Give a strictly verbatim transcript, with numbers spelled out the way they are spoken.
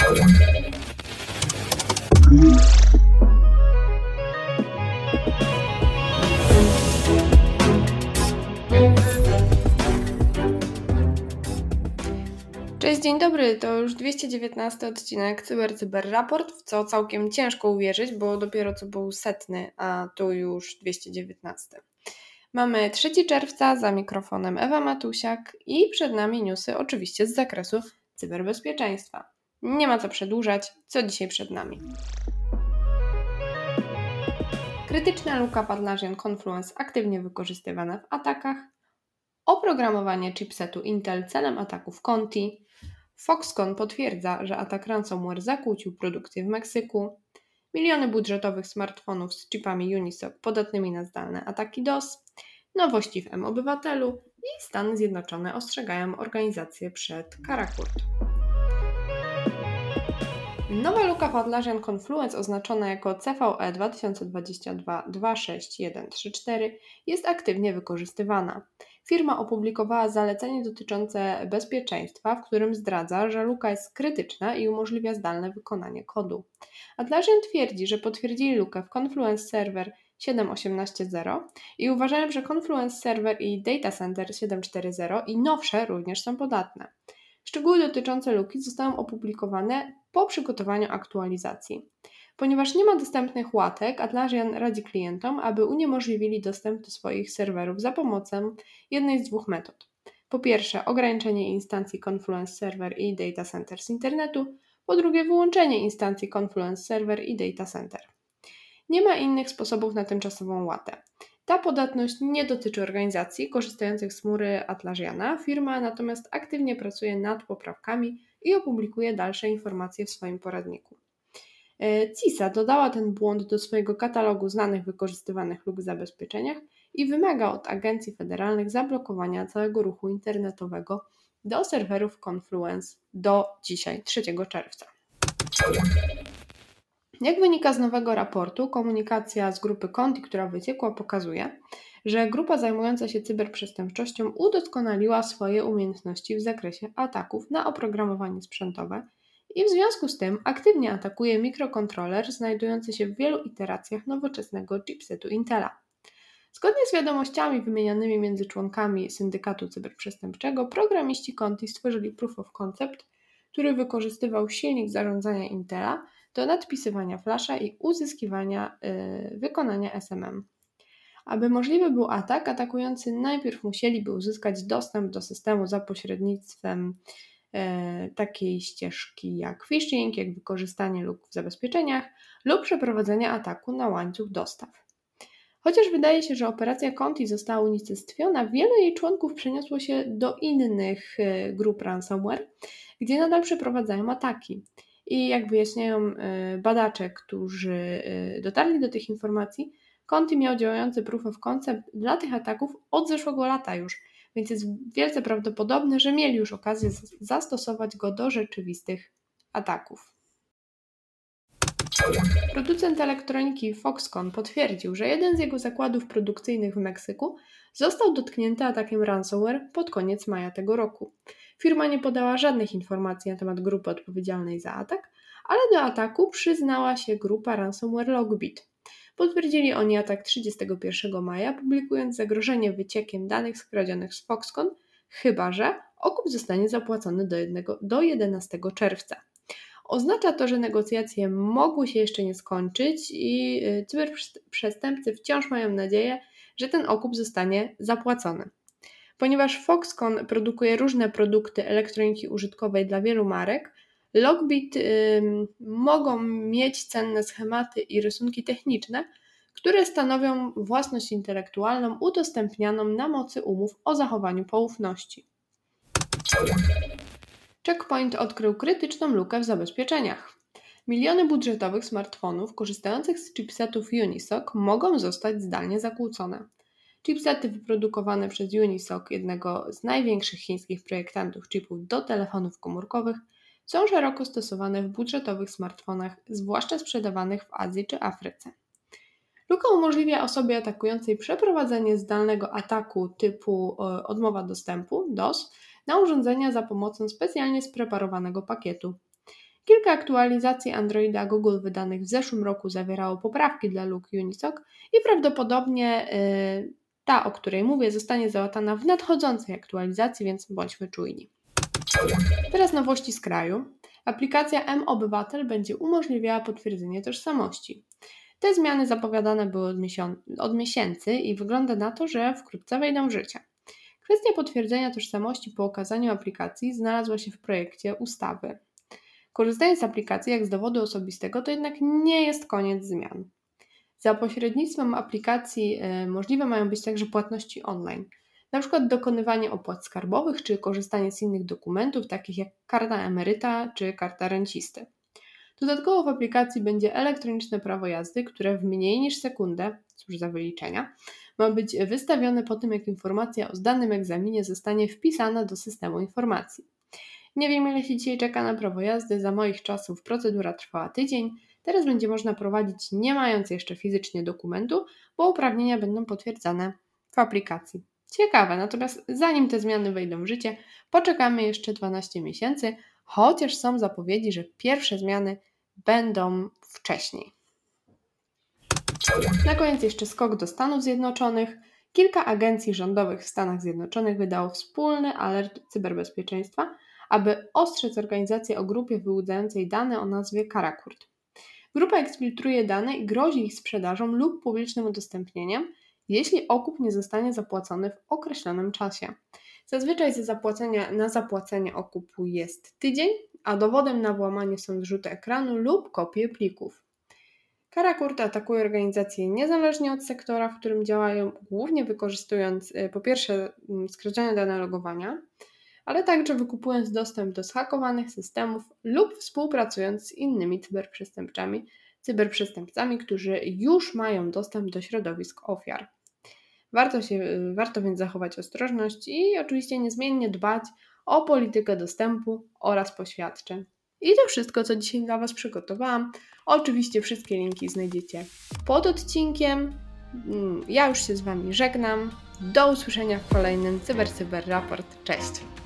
Cześć, dzień dobry, to już dwieście dziewiętnasty odcinek Cyber Cyber Raport, w co całkiem ciężko uwierzyć, bo dopiero co był setny, a tu już dwieście dziewiętnasty. Mamy trzeciego czerwca, za mikrofonem Ewa Matusiak i przed nami newsy oczywiście z zakresu cyberbezpieczeństwa. Nie ma co przedłużać, co dzisiaj przed nami. Krytyczna luka Padlarzian Confluence aktywnie wykorzystywana w atakach, oprogramowanie chipsetu Intel celem ataków Conti, Foxconn potwierdza, że atak ransomware zakłócił produkcję w Meksyku, miliony budżetowych smartfonów z chipami Unisoc podatnymi na zdalne ataki DOS, nowości w M-Obywatelu i Stany Zjednoczone ostrzegają organizację przed Karakurt. Nowa luka Padlarzian Confluence oznaczona jako C V E dwa tysiące dwadzieścia dwa dwa sześć jeden trzy cztery jest aktywnie wykorzystywana. Firma opublikowała zalecenie dotyczące bezpieczeństwa, w którym zdradza, że luka jest krytyczna i umożliwia zdalne wykonanie kodu. Padlarzian twierdzi, że potwierdzili lukę w Confluence Server siedem osiemnaście zero i uważają, że Confluence Server i Data Center siedem cztery zero i nowsze również są podatne. Szczegóły dotyczące luki zostaną opublikowane po przygotowaniu aktualizacji. Ponieważ nie ma dostępnych łatek, Padlarzian radzi klientom, aby uniemożliwili dostęp do swoich serwerów za pomocą jednej z dwóch metod. Po pierwsze, ograniczenie instancji Confluence Server i Data Center z internetu, po drugie, wyłączenie instancji Confluence Server i Data Center. Nie ma innych sposobów na tymczasową łatę. Ta podatność nie dotyczy organizacji korzystających z chmury Padlarziana. Firma natomiast aktywnie pracuje nad poprawkami i opublikuje dalsze informacje w swoim poradniku. C I S A dodała ten błąd do swojego katalogu znanych wykorzystywanych luk w zabezpieczeniach i wymaga od agencji federalnych zablokowania całego ruchu internetowego do serwerów Confluence do dzisiaj, trzeciego czerwca. Jak wynika z nowego raportu, komunikacja z grupy Conti, która wyciekła, pokazuje, że grupa zajmująca się cyberprzestępczością udoskonaliła swoje umiejętności w zakresie ataków na oprogramowanie sprzętowe i w związku z tym aktywnie atakuje mikrokontroler znajdujący się w wielu iteracjach nowoczesnego chipsetu Intela. Zgodnie z wiadomościami wymienianymi między członkami syndykatu cyberprzestępczego, programiści Conti stworzyli proof of concept, który wykorzystywał silnik zarządzania Intela do nadpisywania flasza i uzyskiwania yy, wykonania S M M. Aby możliwy był atak, atakujący najpierw musieliby uzyskać dostęp do systemu za pośrednictwem yy, takiej ścieżki jak phishing, jak wykorzystanie luk w zabezpieczeniach lub przeprowadzenie ataku na łańcuch dostaw. Chociaż wydaje się, że operacja Conti została unicestwiona, wielu jej członków przeniosło się do innych yy, grup ransomware, gdzie nadal przeprowadzają ataki. I jak wyjaśniają badacze, którzy dotarli do tych informacji, Conti miał działający proof of concept dla tych ataków od zeszłego lata już, więc jest wielce prawdopodobne, że mieli już okazję zastosować go do rzeczywistych ataków. Producent elektroniki Foxconn potwierdził, że jeden z jego zakładów produkcyjnych w Meksyku został dotknięty atakiem ransomware pod koniec maja tego roku. Firma nie podała żadnych informacji na temat grupy odpowiedzialnej za atak, ale do ataku przyznała się grupa ransomware Logbit. Potwierdzili oni atak trzydziestego pierwszego maja, publikując zagrożenie wyciekiem danych skradzionych z Foxconn, chyba że okup zostanie zapłacony do, jednego, do jedenastego czerwca. Oznacza to, że negocjacje mogły się jeszcze nie skończyć i cyberprzestępcy wciąż mają nadzieję, że ten okup zostanie zapłacony. Ponieważ Foxconn produkuje różne produkty elektroniki użytkowej dla wielu marek, Logbit y, mogą mieć cenne schematy i rysunki techniczne, które stanowią własność intelektualną udostępnianą na mocy umów o zachowaniu poufności. Check Point odkrył krytyczną lukę w zabezpieczeniach. Miliony budżetowych smartfonów korzystających z chipsetów Unisoc mogą zostać zdalnie zakłócone. Chipsety wyprodukowane przez Unisoc, jednego z największych chińskich projektantów chipów do telefonów komórkowych, są szeroko stosowane w budżetowych smartfonach, zwłaszcza sprzedawanych w Azji czy Afryce. Luka umożliwia osobie atakującej przeprowadzenie zdalnego ataku typu odmowa dostępu, DOS, na urządzenia za pomocą specjalnie spreparowanego pakietu. Kilka aktualizacji Androida Google wydanych w zeszłym roku zawierało poprawki dla luk Unisoc i prawdopodobnie yy, ta, o której mówię, zostanie załatana w nadchodzącej aktualizacji, więc bądźmy czujni. Teraz nowości z kraju. Aplikacja M-Obywatel będzie umożliwiała potwierdzenie tożsamości. Te zmiany zapowiadane były od, miesią- od miesięcy i wygląda na to, że wkrótce wejdą w życie. Kwestia potwierdzenia tożsamości po okazaniu aplikacji znalazła się w projekcie ustawy. Korzystanie z aplikacji jak z dowodu osobistego to jednak nie jest koniec zmian. Za pośrednictwem aplikacji y, możliwe mają być także płatności online, np. dokonywanie opłat skarbowych czy korzystanie z innych dokumentów takich jak karta emeryta czy karta rencisty. Dodatkowo w aplikacji będzie elektroniczne prawo jazdy, które w mniej niż sekundę, cóż za wyliczenia, ma być wystawione po tym, jak informacja o zdanym egzaminie zostanie wpisana do systemu informacji. Nie wiem, ile się dzisiaj czeka na prawo jazdy, za moich czasów procedura trwała tydzień, teraz będzie można prowadzić nie mając jeszcze fizycznie dokumentu, bo uprawnienia będą potwierdzane w aplikacji. Ciekawe, natomiast zanim te zmiany wejdą w życie, poczekamy jeszcze dwanaście miesięcy, chociaż są zapowiedzi, że pierwsze zmiany będą wcześniej. Na koniec jeszcze skok do Stanów Zjednoczonych. Kilka agencji rządowych w Stanach Zjednoczonych wydało wspólny alert cyberbezpieczeństwa, aby ostrzec organizację o grupie wyłudzającej dane o nazwie Karakurt. Grupa eksfiltruje dane i grozi ich sprzedażą lub publicznym udostępnieniem, jeśli okup nie zostanie zapłacony w określonym czasie. Zazwyczaj za zapłacenie, na zapłacenie okupu jest tydzień, a dowodem na włamanie są zrzuty ekranu lub kopie plików. Karakurt atakuje organizacje niezależnie od sektora, w którym działają, głównie wykorzystując po pierwsze skradzione dane logowania, ale także wykupując dostęp do zhakowanych systemów lub współpracując z innymi cyberprzestępcami, cyberprzestępcami, którzy już mają dostęp do środowisk ofiar. Warto, się, warto więc zachować ostrożność i oczywiście niezmiennie dbać o politykę dostępu oraz poświadczeń. I to wszystko, co dzisiaj dla Was przygotowałam. Oczywiście wszystkie linki znajdziecie pod odcinkiem. Ja już się z Wami żegnam. Do usłyszenia w kolejnym Cyber Cyber Raport. Cześć!